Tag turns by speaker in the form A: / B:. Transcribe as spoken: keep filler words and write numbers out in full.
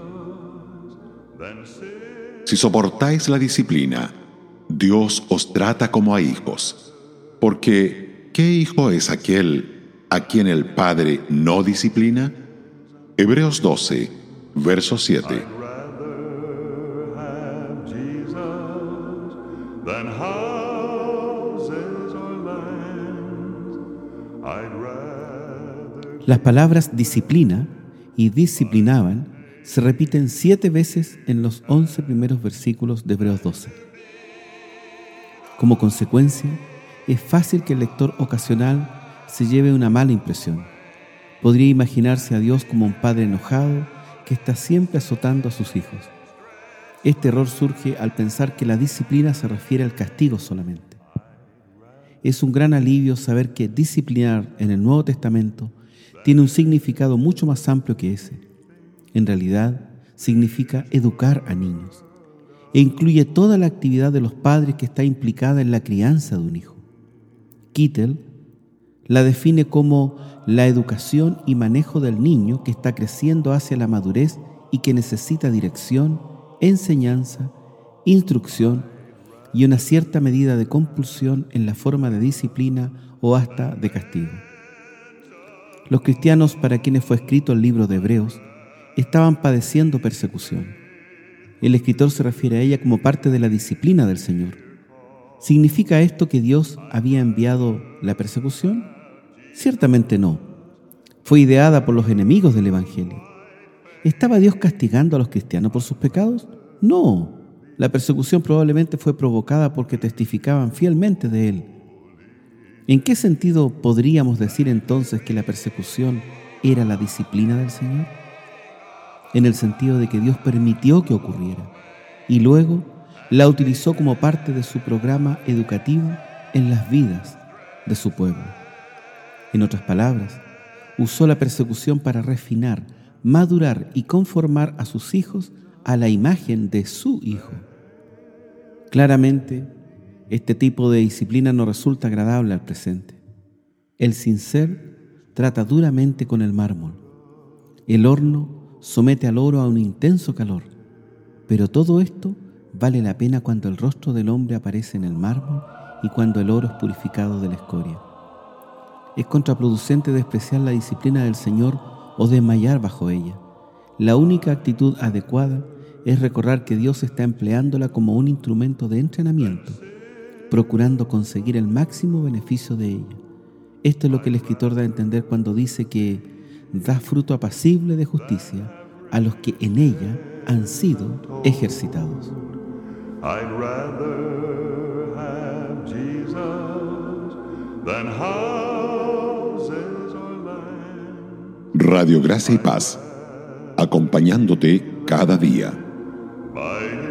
A: Si soportáis la disciplina, Dios os trata como a hijos. Porque, ¿qué hijo es aquel a quien el Padre no disciplina? Hebreos doce, verso siete.
B: Las palabras disciplina y disciplinaban se repiten siete veces en los once primeros versículos de Hebreos doce. Como consecuencia, es fácil que el lector ocasional se lleve una mala impresión. Podría imaginarse a Dios como un padre enojado que está siempre azotando a sus hijos. Este error surge al pensar que la disciplina se refiere al castigo solamente. Es un gran alivio saber que disciplinar en el Nuevo Testamento tiene un significado mucho más amplio que ese. En realidad, significa educar a niños e incluye toda la actividad de los padres que está implicada en la crianza de un hijo. Kittel la define como la educación y manejo del niño que está creciendo hacia la madurez y que necesita dirección, enseñanza, instrucción y una cierta medida de compulsión en la forma de disciplina o hasta de castigo. Los cristianos para quienes fue escrito el libro de Hebreos estaban padeciendo persecución. El escritor se refiere a ella como parte de la disciplina del Señor. ¿Significa esto que Dios había enviado la persecución? Ciertamente no. Fue ideada por los enemigos del Evangelio. ¿Estaba Dios castigando a los cristianos por sus pecados? No. La persecución probablemente fue provocada porque testificaban fielmente de Él. ¿En qué sentido podríamos decir entonces que la persecución era la disciplina del Señor? En el sentido de que Dios permitió que ocurriera y luego la utilizó como parte de su programa educativo en las vidas de su pueblo. En otras palabras, usó la persecución para refinar, madurar y conformar a sus hijos a la imagen de su Hijo. Claramente, este tipo de disciplina no resulta agradable al presente. El cincel trata duramente con el mármol. El horno somete al oro a un intenso calor. Pero todo esto vale la pena cuando el rostro del hombre aparece en el mármol y cuando el oro es purificado de la escoria. Es contraproducente despreciar la disciplina del Señor o desmayar bajo ella. La única actitud adecuada es recordar que Dios está empleándola como un instrumento de entrenamiento, procurando conseguir el máximo beneficio de ella. Esto es lo que el escritor da a entender cuando dice que da fruto apacible de justicia a los que en ella han sido ejercitados.
C: I'd rather have Jesus than houses or land.
A: Radio Gracia y Paz, acompañándote cada día.
C: My